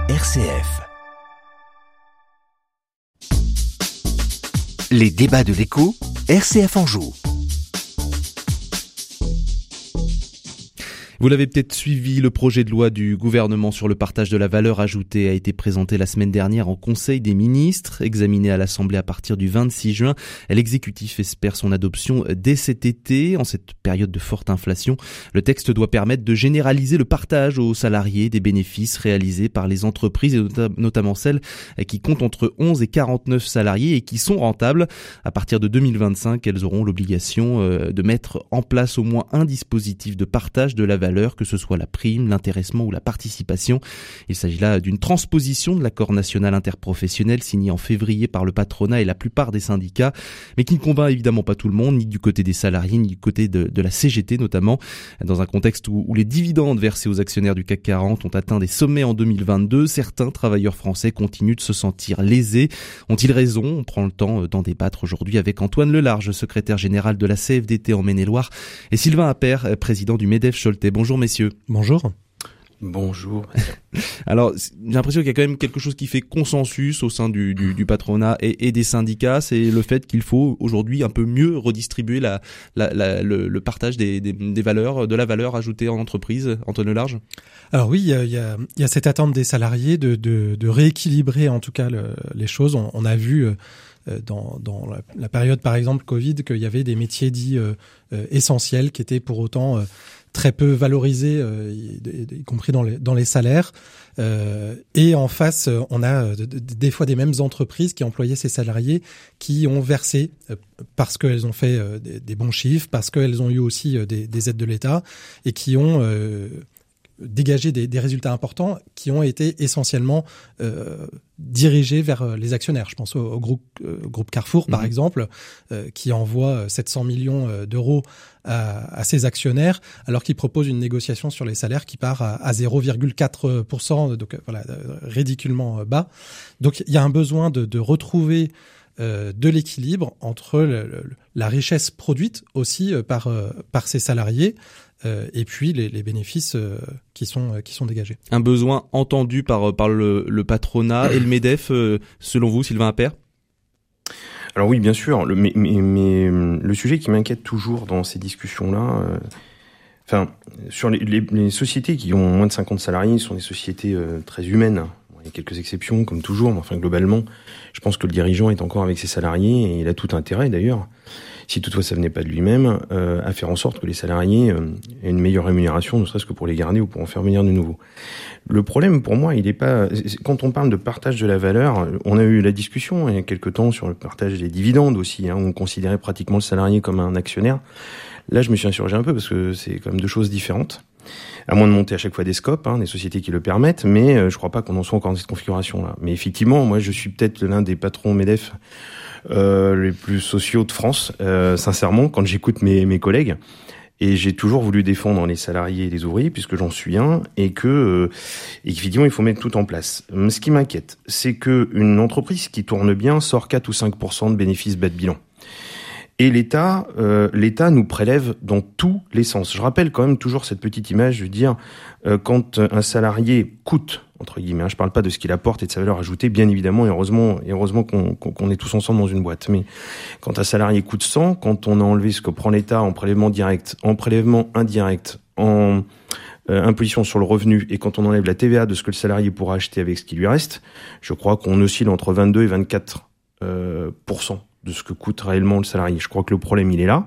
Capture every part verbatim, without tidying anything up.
R C F. Les débats de l'écho, R C F Anjou. Vous l'avez peut-être suivi, le projet de loi du gouvernement sur le partage de la valeur ajoutée a été présenté la semaine dernière en Conseil des ministres, examiné à l'Assemblée à partir du vingt-six juin. L'exécutif espère son adoption dès cet été. En cette période de forte inflation, le texte doit permettre de généraliser le partage aux salariés des bénéfices réalisés par les entreprises, et notamment celles qui comptent entre onze et quarante-neuf salariés et qui sont rentables. À partir de deux mille vingt-cinq, elles auront l'obligation de mettre en place au moins un dispositif de partage de la valeur, que ce soit la prime, l'intéressement ou la participation. Il s'agit là d'une transposition de l'accord national interprofessionnel signé en février par le patronat et la plupart des syndicats, mais qui ne convainc évidemment pas tout le monde, ni du côté des salariés, ni du côté de, de la C G T notamment, dans un contexte où, où les dividendes versés aux actionnaires du C A C quarante ont atteint des sommets en deux mille vingt-deux. Certains travailleurs français continuent de se sentir lésés. Ont-ils raison? On prend le temps d'en débattre aujourd'hui avec Antoine Lelarge, secrétaire général de la C F D T en Maine-et-Loire, et Sylvain Appert, président du MEDEF Choletais. Bonjour messieurs. Bonjour. Bonjour. Alors, j'ai l'impression qu'il y a quand même quelque chose qui fait consensus au sein du, du, du patronat et, et des syndicats, c'est le fait qu'il faut aujourd'hui un peu mieux redistribuer la, la, la, le, le partage des, des, des valeurs, de la valeur ajoutée en entreprise. Antoine Lelarge. Alors oui, il y a, il y a, il y a cette attente des salariés de, de, de rééquilibrer en tout cas le, les choses. On, on a vu euh, dans, dans la, la période par exemple Covid qu'il y avait des métiers dits euh, euh, essentiels qui étaient pour autant euh, très peu valorisés, euh, y, y compris dans les, dans les salaires. Euh, et en face, on a euh, des fois des mêmes entreprises qui employaient ces salariés qui ont versé euh, parce qu'elles ont fait euh, des, des bons chiffres, parce qu'elles ont eu aussi euh, des, des aides de l'État et qui ont euh, dégagé des, des résultats importants qui ont été essentiellement euh, dirigés vers les actionnaires. Je pense au, au groupe, euh, groupe Carrefour, par mmh. exemple, euh, qui envoie sept cents millions d'euros à, à ses actionnaires, alors qu'il propose une négociation sur les salaires qui part à, à zéro virgule quatre pour cent, donc voilà, ridiculement bas. Donc il y a un besoin de, de retrouver euh, de l'équilibre entre le, le, la richesse produite aussi euh, par, euh, par ces salariés, Euh, et puis les, les bénéfices euh, qui sont euh, qui sont dégagés. Un besoin entendu par par le, le patronat et le MEDEF, euh, selon vous, Sylvain Appert? Alors oui, bien sûr. Le, mais, mais, mais le sujet qui m'inquiète toujours dans ces discussions-là, euh, enfin, sur les, les, les sociétés qui ont moins de cinquante salariés, sont des sociétés euh, très humaines. Il y a quelques exceptions, comme toujours, mais enfin globalement, je pense que le dirigeant est encore avec ses salariés et il a tout intérêt d'ailleurs, si toutefois ça venait pas de lui-même, euh, à faire en sorte que les salariés euh, aient une meilleure rémunération, ne serait-ce que pour les garder ou pour en faire venir de nouveau. Le problème pour moi, il est pas, quand on parle de partage de la valeur, on a eu la discussion il y a quelque temps sur le partage des dividendes aussi, hein, où on considérait pratiquement le salarié comme un actionnaire. Là, je me suis insurgé un peu parce que c'est quand même deux choses différentes. À moins de monter à chaque fois des scopes, hein, des sociétés qui le permettent, mais euh, je crois pas qu'on en soit encore dans cette configuration-là. Mais effectivement, moi, je suis peut-être l'un des patrons MEDEF euh, les plus sociaux de France, euh, sincèrement, quand j'écoute mes, mes collègues. Et j'ai toujours voulu défendre les salariés et les ouvriers, puisque j'en suis un, et que, euh, et qu'effectivement, il faut mettre tout en place. Ce qui m'inquiète, c'est que une entreprise qui tourne bien sort quatre ou cinq pour cent de bénéfices bas de bilan. Et l'État, euh, l'État nous prélève dans tous les sens. Je rappelle quand même toujours cette petite image, je veux dire, euh, quand un salarié coûte, entre guillemets, hein, je parle pas de ce qu'il apporte et de sa valeur ajoutée, bien évidemment, et heureusement, et heureusement qu'on, qu'on est tous ensemble dans une boîte. Mais quand un salarié coûte cent, quand on a enlevé ce que prend l'État en prélèvement direct, en prélèvement indirect, en euh, imposition sur le revenu, et quand on enlève la T V A de ce que le salarié pourra acheter avec ce qui lui reste, je crois qu'on oscille entre vingt-deux et vingt-quatre euh, pour cent de ce que coûte réellement le salarié. Je crois que le problème, il est là.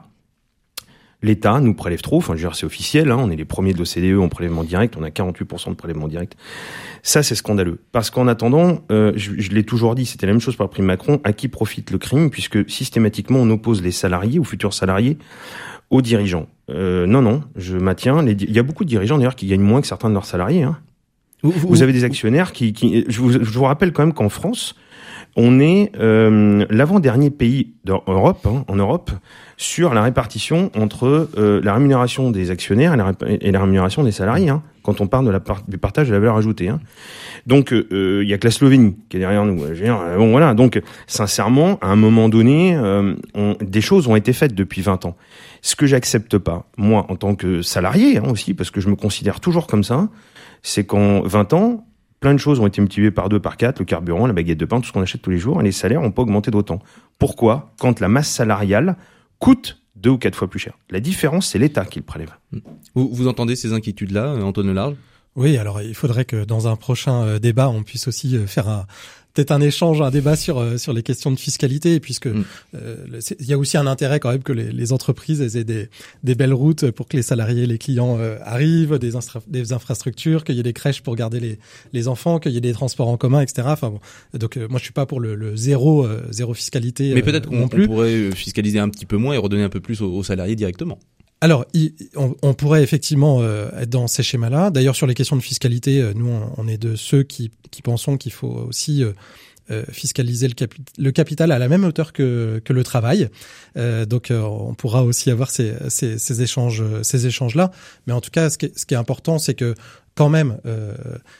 L'État nous prélève trop, enfin, je veux dire, c'est officiel, hein, on est les premiers de l'O C D E en prélèvement direct, on a quarante-huit pour cent de prélèvement direct. Ça, c'est scandaleux. Parce qu'en attendant, euh, je, je l'ai toujours dit, c'était la même chose par la prime Macron, à qui profite le crime, puisque systématiquement, on oppose les salariés, aux futurs salariés, aux dirigeants. Euh, non, non, je maintiens, les, il y a beaucoup de dirigeants, d'ailleurs, qui gagnent moins que certains de leurs salariés, hein. Vous, vous, vous avez des actionnaires qui, qui je, vous, je vous rappelle quand même qu'en France, on est euh, l'avant-dernier pays d'Europe, hein, en Europe, sur la répartition entre euh, la rémunération des actionnaires et la, et la rémunération des salariés, hein, quand on parle de la part, du partage de la valeur ajoutée. Hein. Donc, il euh, y a que la Slovénie qui est derrière nous. Je veux dire, bon, voilà. Donc, sincèrement, à un moment donné, euh, on, des choses ont été faites depuis vingt ans. Ce que j'accepte pas, moi, en tant que salarié hein, aussi, parce que je me considère toujours comme ça, c'est qu'en vingt ans, Plein de choses ont été multipliées par deux, par quatre, le carburant, la baguette de pain, tout ce qu'on achète tous les jours, et les salaires n'ont pas augmenté d'autant. Pourquoi ? Quand la masse salariale coûte deux ou quatre fois plus cher. La différence, c'est l'État qui le prélève. Vous, vous entendez ces inquiétudes-là, Antoine Large ? Oui, alors il faudrait que dans un prochain euh, débat, on puisse aussi euh, faire un peut-être un échange, un débat sur euh, sur les questions de fiscalité, puisque il mm. euh, y a aussi un intérêt quand même que les, les entreprises aient des des belles routes pour que les salariés, les clients euh, arrivent, des, instra- des infrastructures, qu'il y ait des crèches pour garder les les enfants, qu'il y ait des transports en commun, et cetera. Enfin bon, donc euh, moi je suis pas pour le, le zéro euh, zéro fiscalité. Mais peut-être euh, qu'on non plus. on pourrait fiscaliser un petit peu moins et redonner un peu plus aux, aux salariés directement. Alors, il, on, on pourrait effectivement euh, être dans ces schémas-là. D'ailleurs, sur les questions de fiscalité, euh, nous, on, on est de ceux qui, qui pensons qu'il faut aussi euh, euh, fiscaliser le, capi- le capital à la même hauteur que, que le travail. Euh, donc, euh, on pourra aussi avoir ces, ces, ces échanges, ces échanges-là. Mais en tout cas, ce qui est, ce qui est important, c'est que quand même, euh,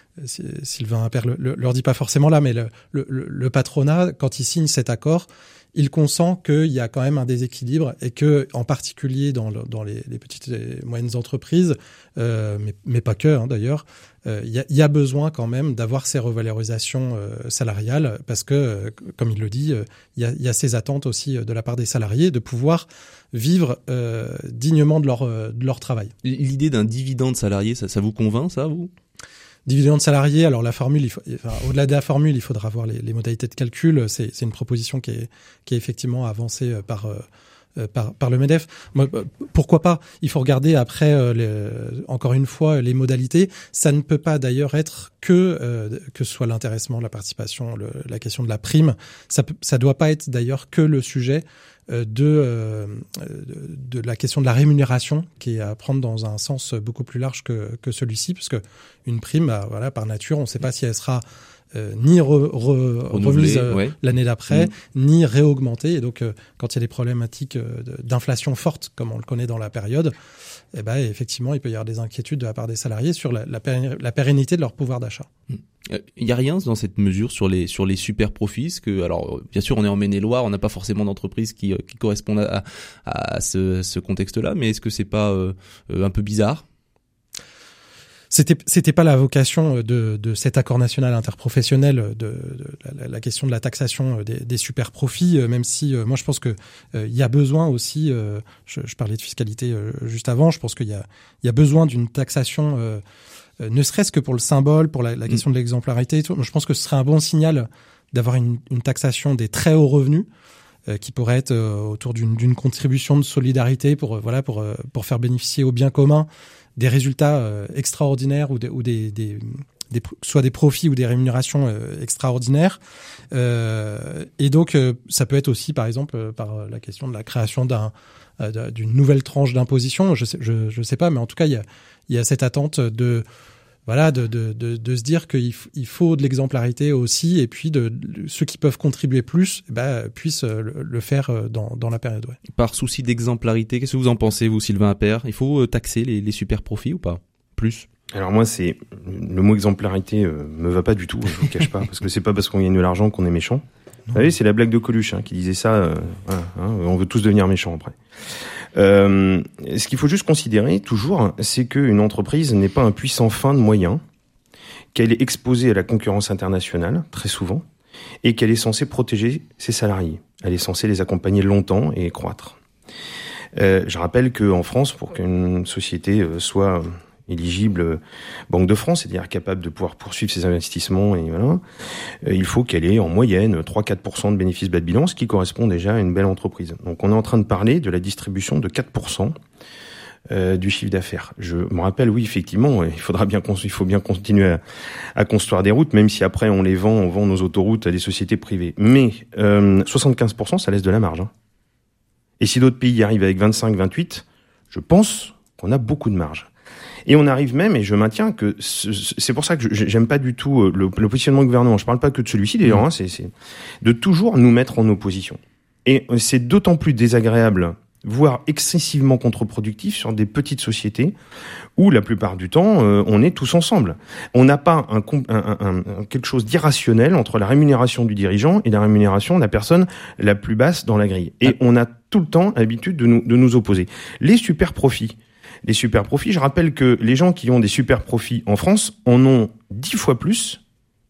Sylvain Appert le, le, leur dit pas forcément là, mais le, le, le patronat, quand il signe cet accord, il consent qu'il y a quand même un déséquilibre et que, en particulier dans, le, dans les, les petites et moyennes entreprises, euh, mais, mais pas que hein, d'ailleurs, euh, il y a, il y a besoin quand même d'avoir ces revalorisations euh, salariales parce que, euh, comme il le dit, euh, il, y a, il y a ces attentes aussi de la part des salariés de pouvoir vivre euh, dignement de leur, de leur travail. L'idée d'un dividende salarié, ça, ça vous convainc, ça, vous ? Dividende salarié, alors la formule, il faut, enfin, au-delà de la formule, il faudra voir les, les modalités de calcul. C'est, c'est une proposition qui est, qui est effectivement avancée par, euh, par, par le MEDEF. Moi, pourquoi pas ? Il faut regarder après, euh, les, encore une fois, les modalités. Ça ne peut pas d'ailleurs être que euh, que ce soit l'intéressement, la participation, le, la question de la prime. Ça peut, ça doit pas être d'ailleurs que le sujet de, euh, de de la question de la rémunération qui est à prendre dans un sens beaucoup plus large que que celui-ci, parce que une prime, bah, voilà, par nature, on ne sait pas si elle sera euh, ni re, re, remise euh, ouais. l'année d'après, mmh. ni réaugmentée. Et donc, euh, quand il y a des problématiques euh, d'inflation forte, comme on le connaît dans la période, eh ben, effectivement, il peut y avoir des inquiétudes de la part des salariés sur la, la, péren- la pérennité de leur pouvoir d'achat. Mmh. Il n'y a rien dans cette mesure sur les sur les super profits, que alors bien sûr on est en Maine-et-Loire, on n'a pas forcément d'entreprise qui qui correspondent à, à ce, ce contexte-là, mais est-ce que c'est pas euh, un peu bizarre ? C'était c'était pas la vocation de de cet accord national interprofessionnel de, de la, la question de la taxation des, des super profits, même si euh, moi je pense que euh, il y a besoin aussi, euh, je, je parlais de fiscalité euh, juste avant, je pense qu'il y a il y a besoin d'une taxation euh, Euh, ne serait-ce que pour le symbole, pour la, la question mmh. de l'exemplarité et tout. Je pense que ce serait un bon signal d'avoir une, une taxation des très hauts revenus euh, qui pourrait être euh, autour d'une, d'une contribution de solidarité pour euh, voilà pour euh, pour faire bénéficier au bien commun des résultats euh, extraordinaires ou des ou des, des des soit des profits ou des rémunérations euh, extraordinaires. Euh, et donc euh, ça peut être aussi par exemple euh, par la question de la création d'un euh, d'une nouvelle tranche d'imposition. Je sais je je sais pas, mais en tout cas il y a il y a cette attente de voilà de de de, de se dire qu'il f- il faut de l'exemplarité aussi, et puis de, de ceux qui peuvent contribuer plus eh ben puissent le, le faire dans dans la période. Ouais. Par souci d'exemplarité, qu'est-ce que vous en pensez, vous, Sylvain Appert ? Il faut taxer les, les super profits ou pas ? Plus ? Alors moi, c'est le mot exemplarité euh, me va pas du tout, je vous cache pas, parce que c'est pas parce qu'on gagne de l'argent qu'on est méchant. Vous savez, c'est la blague de Coluche hein, qui disait ça. Euh, voilà, hein, on veut tous devenir méchants après. Euh, ce qu'il faut juste considérer toujours, c'est qu'une entreprise n'est pas un puissant fin de moyens, qu'elle est exposée à la concurrence internationale très souvent, et qu'elle est censée protéger ses salariés. Elle est censée les accompagner longtemps et croître. Euh, je rappelle qu'en France, pour qu'une société soit éligible Banque de France, c'est-à-dire capable de pouvoir poursuivre ses investissements, et voilà, euh, il faut qu'elle ait en moyenne trois à quatre pour cent de bénéfices bas de bilan, ce qui correspond déjà à une belle entreprise. Donc on est en train de parler de la distribution de quatre pour cent euh, du chiffre d'affaires. Je me rappelle, oui, effectivement, il faudra bien, il faut bien continuer à, à construire des routes, même si après on les vend, on vend nos autoroutes à des sociétés privées. Mais euh, soixante-quinze pour cent, ça laisse de la marge. Hein. Et si d'autres pays y arrivent avec vingt-cinq à vingt-huit, je pense qu'on a beaucoup de marge. Et on arrive même, et je maintiens que c'est pour ça que j'aime pas du tout le, le positionnement du gouvernement. Je parle pas que de celui-ci d'ailleurs, hein, c'est, c'est de toujours nous mettre en opposition. Et c'est d'autant plus désagréable, voire excessivement contre-productif sur des petites sociétés où la plupart du temps euh, on est tous ensemble. On n'a pas un, un, un, un, quelque chose d'irrationnel entre la rémunération du dirigeant et la rémunération de la personne la plus basse dans la grille. Et on a tout le temps l'habitude de nous, de nous opposer. Les super profits. Les super profits, je rappelle que les gens qui ont des super profits en France en ont dix fois plus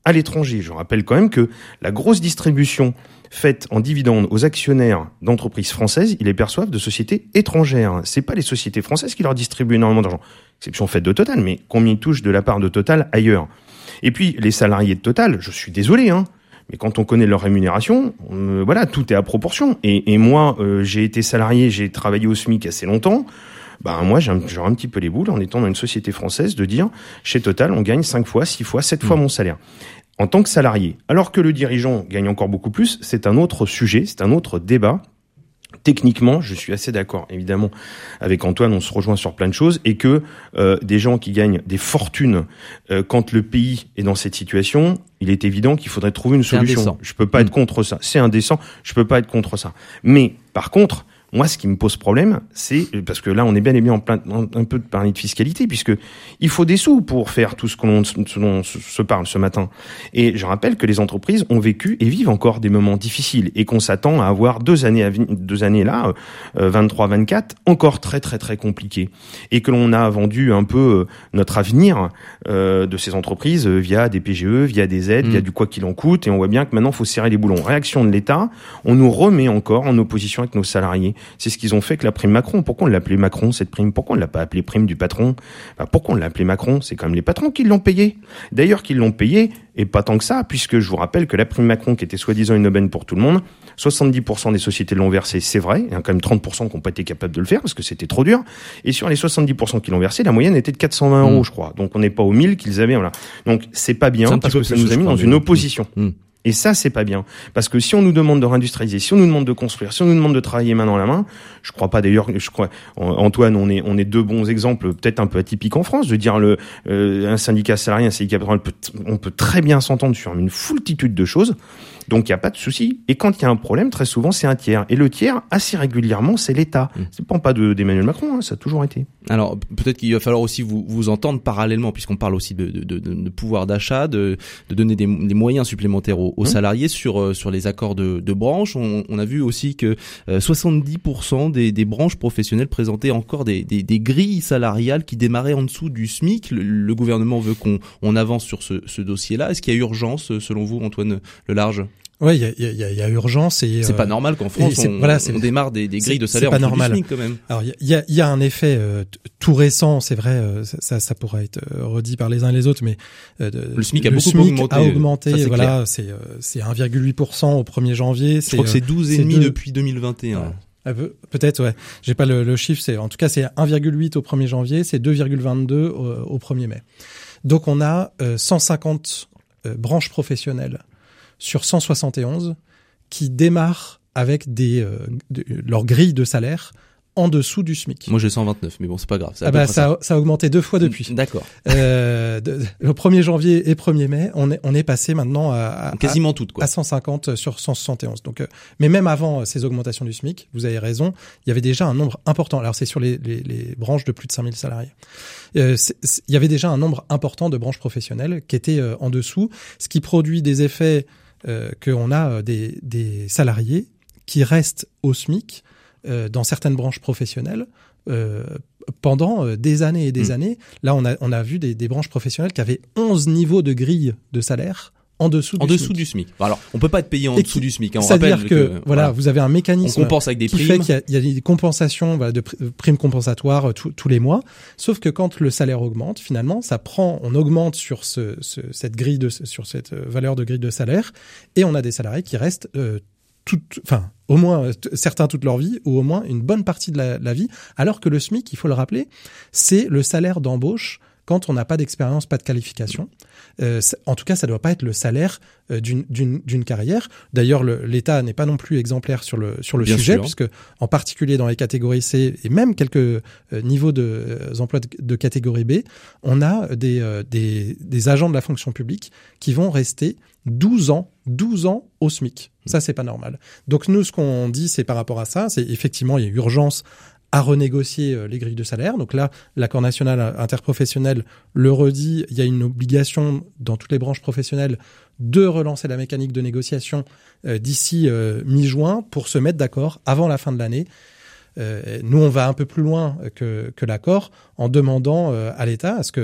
à l'étranger. Je rappelle quand même que la grosse distribution faite en dividendes aux actionnaires d'entreprises françaises, ils les perçoivent de sociétés étrangères. C'est pas les sociétés françaises qui leur distribuent énormément d'argent. Exception faite de Total, mais combien ils touchent de la part de Total ailleurs? Et puis, les salariés de Total, je suis désolé, hein, mais quand on connaît leur rémunération, euh, voilà, tout est à proportion. Et, et moi, euh, j'ai été salarié, j'ai travaillé au SMIC assez longtemps. Ben moi, j'ai un, j'ai un petit peu les boules en étant dans une société française de dire, chez Total, on gagne cinq fois, six fois, sept fois mon salaire. En tant que salarié. Alors que le dirigeant gagne encore beaucoup plus, c'est un autre sujet, c'est un autre débat. Techniquement, je suis assez d'accord, évidemment, avec Antoine, on se rejoint sur plein de choses, et que euh, des gens qui gagnent des fortunes euh, quand le pays est dans cette situation, il est évident qu'il faudrait trouver une solution. Indécent. Je peux pas être contre ça. C'est indécent, je peux pas être contre ça. Mais, par contre, moi, ce qui me pose problème, c'est, parce que là, on est bien et bien en plein, un peu de parler de fiscalité, puisque il faut des sous pour faire tout ce qu'on, ce dont se parle ce matin. Et je rappelle que les entreprises ont vécu et vivent encore des moments difficiles, et qu'on s'attend à avoir deux années, à, deux années là, euh, vingt-trois vingt-quatre, encore très très très compliquées. Et que l'on a vendu un peu euh, notre avenir euh, de ces entreprises euh, via des P G E, via des aides, mmh. via du quoi qu'il en coûte, et on voit bien que maintenant, il faut serrer les boulons. Réaction de l'État, on nous remet encore en opposition avec nos salariés. C'est ce qu'ils ont fait avec la prime Macron. Pourquoi on l'a appelée Macron, cette prime? Pourquoi on l'a pas appelée prime du patron? Enfin, pourquoi on l'a appelée Macron? C'est quand même les patrons qui l'ont payée. D'ailleurs, qu'ils l'ont payée, et pas tant que ça, puisque je vous rappelle que la prime Macron, qui était soi-disant une aubaine pour tout le monde, soixante-dix pour cent des sociétés l'ont versée, c'est vrai. Il y a quand même trente pour cent qui n'ont pas été capables de le faire, parce que c'était trop dur. Et sur les soixante-dix pour cent qui l'ont versé, la moyenne était de quatre cent vingt euros, mmh. je crois. Donc on n'est pas aux mille qu'ils avaient, voilà. Donc c'est pas bien, parce que ça nous a mis dans une opposition. Mmh. Et ça, c'est pas bien. Parce que si on nous demande de réindustrialiser, si on nous demande de construire, si on nous demande de travailler main dans la main, je crois pas d'ailleurs, je crois, Antoine, on est, on est deux bons exemples, peut-être un peu atypiques en France, de dire le, euh, un syndicat salarié, un syndicat patronal, on peut très bien s'entendre sur une foultitude de choses. Donc il y a pas de souci. Et quand il y a un problème, très souvent c'est un tiers. Et le tiers, assez régulièrement, c'est l'État. Mmh. C'est pas pas de d'Emmanuel Macron, hein, ça a toujours été. Alors peut-être qu'il va falloir aussi vous vous entendre parallèlement, puisqu'on parle aussi de de, de, de pouvoir d'achat, de de donner des, des moyens supplémentaires aux, aux mmh. salariés sur euh, sur les accords de, de branche. On, on a vu aussi que euh, soixante-dix pour cent des, des branches professionnelles présentaient encore des, des des grilles salariales qui démarraient en dessous du SMIC. Le, le gouvernement veut qu'on on avance sur ce, ce dossier-là. Est-ce qu'il y a urgence, selon vous, Antoine Lelarge? Ouais, il y a, il y a, il y a urgence et c'est euh, pas normal qu'en France on, voilà, on démarre des, des grilles de salaire en dessous du SMIC quand même. Alors il y a, il y a un effet euh, tout récent, c'est vrai, euh, ça, ça pourra être redit par les uns et les autres, mais euh, de, le SMIC a le beaucoup SMIC augmenté. A augmenté, ça, c'est voilà, clair. c'est euh, c'est un virgule huit pour cent au premier janvier. Je crois que c'est douze virgule cinq depuis deux mille vingt et un. Ouais. Peut-être, ouais. J'ai pas le, le chiffre. C'est en tout cas c'est un virgule huit au premier janvier, c'est deux virgule vingt-deux au, au premier mai. Donc on a euh, cent cinquante euh, branches professionnelles sur cent soixante et onze qui démarrent avec des euh, de, leur grille de salaire en dessous du SMIC. Moi j'ai cent vingt-neuf, mais bon c'est pas grave. Ah bah ça, ça. ça a augmenté deux fois depuis. D'accord. Euh, de, de, le premier janvier et premier mai, on est on est passé maintenant à, à quasiment toutes quoi. À cent cinquante sur cent soixante et onze. Donc, euh, mais même avant ces augmentations du SMIC, vous avez raison, il y avait déjà un nombre important. Alors c'est sur les les, les branches de plus de cinq mille salariés. Euh, c'est, c'est, il y avait déjà un nombre important de branches professionnelles qui étaient euh, en dessous, ce qui produit des effets. Euh, qu'on a des, des salariés qui restent au SMIC euh, dans certaines branches professionnelles euh, pendant euh, des années et des mmh. années. Là, on a, on a vu des, des branches professionnelles qui avaient onze niveaux de grille de salaire en dessous du en SMIC. dessous du SMIC. Alors, on peut pas être payé en et dessous qui, du SMIC. Hein, on c'est-à-dire rappelle que, que voilà, voilà, vous avez un mécanisme on compense avec des qui primes. fait qu'il y a, il y a des compensations, voilà, de primes compensatoires tous tous les mois. Sauf que quand le salaire augmente, finalement, ça prend, on augmente sur ce, ce cette grille de, sur cette valeur de grille de salaire, et on a des salariés qui restent euh, toute, enfin, au moins t- certains toute leur vie, ou au moins une bonne partie de la, la vie, alors que le SMIC, il faut le rappeler, c'est le salaire d'embauche quand on n'a pas d'expérience, pas de qualification. Euh, en tout cas, ça ne doit pas être le salaire euh, d'une, d'une, d'une carrière. D'ailleurs, le, l'État n'est pas non plus exemplaire sur le, sur le Bien sujet, sûr. puisque en particulier dans les catégories C et même quelques euh, niveaux de euh, emplois de, de catégorie B, on a des, euh, des, des agents de la fonction publique qui vont rester douze ans, douze ans au SMIC. Ça, c'est pas normal. Donc nous, ce qu'on dit, c'est par rapport à ça, c'est effectivement, il y a urgence à renégocier les grilles de salaire. Donc là, l'accord national interprofessionnel le redit, il y a une obligation dans toutes les branches professionnelles de relancer la mécanique de négociation euh, d'ici euh, mi-juin pour se mettre d'accord avant la fin de l'année. Euh, nous, on va un peu plus loin que, que l'accord en demandant euh, à l'État à ce que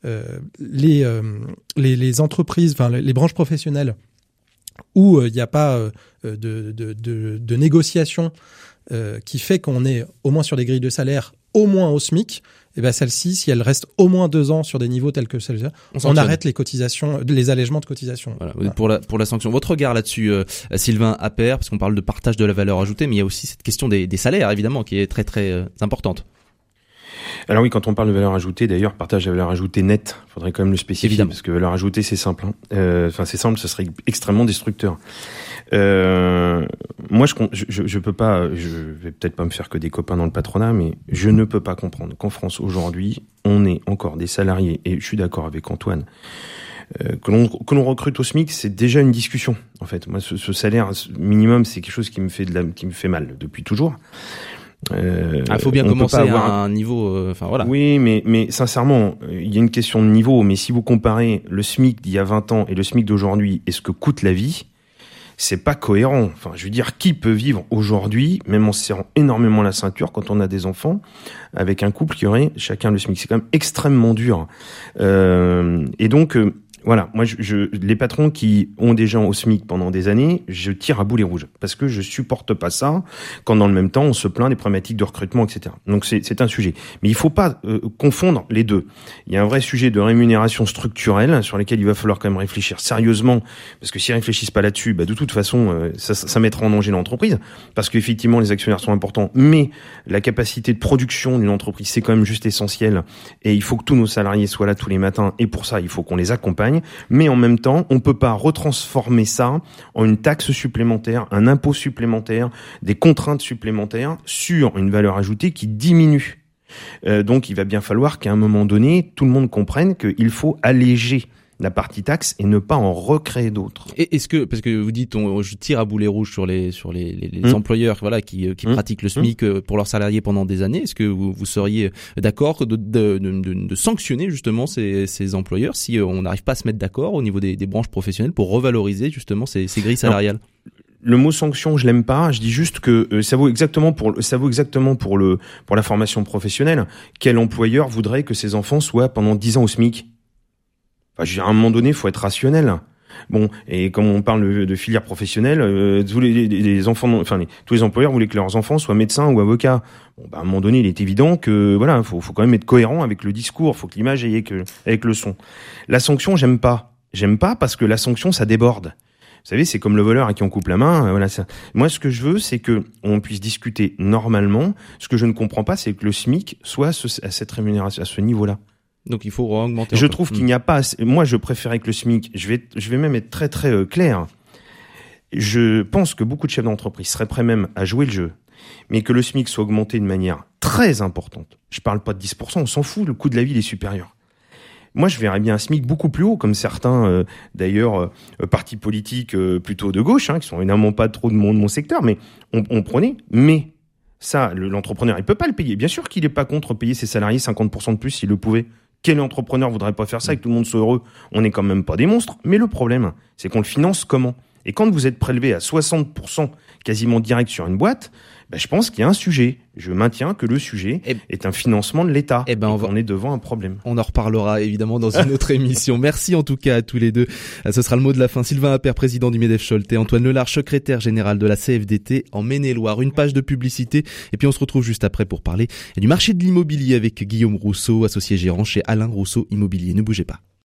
euh, les, euh, les les entreprises, enfin les branches professionnelles où il euh, n'y a pas euh, de, de, de, de négociation euh, qui fait qu'on est au moins sur des grilles de salaire au moins au SMIC, et ben celle-ci, si elle reste au moins deux ans sur des niveaux tels que celle-là, on, on arrête les cotisations, les allègements de cotisations. Voilà, voilà. Pour la pour la sanction. Votre regard là-dessus, euh, Sylvain Appert, parce qu'on parle de partage de la valeur ajoutée, mais il y a aussi cette question des, des salaires, évidemment, qui est très très euh, importante. Alors oui, quand on parle de valeur ajoutée, d'ailleurs, partage de la valeur ajoutée nette, faudrait quand même le spécifier, évidemment. Parce que valeur ajoutée, c'est simple. Hein. Euh, enfin, c'est simple, ce serait extrêmement destructeur. Euh, moi, je, je, je peux pas, je vais peut-être pas me faire que des copains dans le patronat, mais je ne peux pas comprendre qu'en France aujourd'hui, on ait encore des salariés, et je suis d'accord avec Antoine, euh, que l'on que l'on recrute au SMIC, c'est déjà une discussion. En fait, moi, ce, ce salaire minimum, c'est quelque chose qui me fait de la, qui me fait mal depuis toujours. Euh, ah, faut bien commencer à avoir... un niveau, enfin euh, voilà. Oui, mais mais sincèrement, il y a une question de niveau. Mais si vous comparez le SMIC d'il y a vingt ans et le SMIC d'aujourd'hui et ce que coûte la vie, c'est pas cohérent. Enfin, je veux dire, qui peut vivre aujourd'hui, même en se serrant énormément la ceinture, quand on a des enfants, avec un couple qui aurait chacun le SMIC. C'est quand même extrêmement dur. Euh, et donc. Euh, Voilà, moi, je, je, les patrons qui ont des gens au SMIC pendant des années, je tire à boulet rouge parce que je supporte pas ça. Quand dans le même temps, on se plaint des problématiques de recrutement, et cetera. Donc c'est, c'est un sujet, mais il faut pas euh, confondre les deux. Il y a un vrai sujet de rémunération structurelle sur lequel il va falloir quand même réfléchir sérieusement, parce que s'ils réfléchissent pas là-dessus, bah de toute façon, euh, ça, ça mettra en danger l'entreprise, parce qu'effectivement les actionnaires sont importants, mais la capacité de production d'une entreprise c'est quand même juste essentiel, et il faut que tous nos salariés soient là tous les matins, et pour ça il faut qu'on les accompagne. Mais en même temps, on peut pas retransformer ça en une taxe supplémentaire, un impôt supplémentaire, des contraintes supplémentaires sur une valeur ajoutée qui diminue. Euh, donc, il va bien falloir qu'à un moment donné, tout le monde comprenne qu'il faut alléger la partie taxe et ne pas en recréer d'autres. Et est-ce que, parce que vous dites, on, je tire à boulet rouge sur les sur les, les, les mmh. employeurs, voilà, qui qui mmh. pratiquent le SMIC mmh. pour leurs salariés pendant des années. Est-ce que vous, vous seriez d'accord de, de, de, de, de sanctionner justement ces, ces employeurs si on n'arrive pas à se mettre d'accord au niveau des, des branches professionnelles pour revaloriser justement ces, ces grilles salariales? Non. Le mot sanction, je l'aime pas. Je dis juste que euh, ça vaut exactement pour ça vaut exactement pour le pour la formation professionnelle. Quel employeur voudrait que ses enfants soient pendant dix ans au SMIC? Enfin, je veux dire, à un moment donné, il faut être rationnel. Bon, et comme on parle de, de filière professionnelle, euh, tous les, les, les enfants, enfin les, tous les employeurs voulaient que leurs enfants soient médecins ou avocats. Bon, bah, à un moment donné, il est évident que voilà, faut, faut quand même être cohérent avec le discours. Faut que l'image aille avec, avec le son. La sanction, j'aime pas. J'aime pas parce que la sanction, ça déborde. Vous savez, c'est comme le voleur à qui on coupe la main. Voilà. Ça. Moi, ce que je veux, c'est que on puisse discuter normalement. Ce que je ne comprends pas, c'est que le SMIC soit à, ce, à cette rémunération, à ce niveau-là. Donc il faut augmenter. Je trouve qu'il n'y a pas assez... Moi, je préférais que le SMIC, je vais, je vais même être très très euh, clair. Je pense que beaucoup de chefs d'entreprise seraient prêts même à jouer le jeu, mais que le SMIC soit augmenté de manière très importante. Je parle pas de dix pour cent, on s'en fout, le coût de la vie il est supérieur. Moi, je verrais bien un SMIC beaucoup plus haut, comme certains, euh, d'ailleurs, euh, partis politiques euh, plutôt de gauche, hein, qui sont évidemment pas trop de mon, de mon secteur, mais on, on prenait. Mais ça, le, l'entrepreneur, il peut pas le payer. Bien sûr qu'il est pas contre payer ses salariés cinquante pour cent de plus s'il le pouvait. Quel entrepreneur voudrait pas faire ça et que tout le monde soit heureux? On n'est quand même pas des monstres. Mais le problème, c'est qu'on le finance comment? Et quand vous êtes prélevé à soixante pour cent quasiment direct sur une boîte, ben je pense qu'il y a un sujet. Je maintiens que le sujet et est un financement de l'État. Et ben on, va... on est devant un problème. On en reparlera évidemment dans une autre émission. Merci en tout cas à tous les deux. Ce sera le mot de la fin. Sylvain Appert, président du MEDEF Choletais, Antoine Lelarge, secrétaire général de la C F D T en Maine-et-Loire. Une page de publicité et puis on se retrouve juste après pour parler du marché de l'immobilier avec Guillaume Rousseau, associé gérant chez Alain Rousseau Immobilier. Ne bougez pas.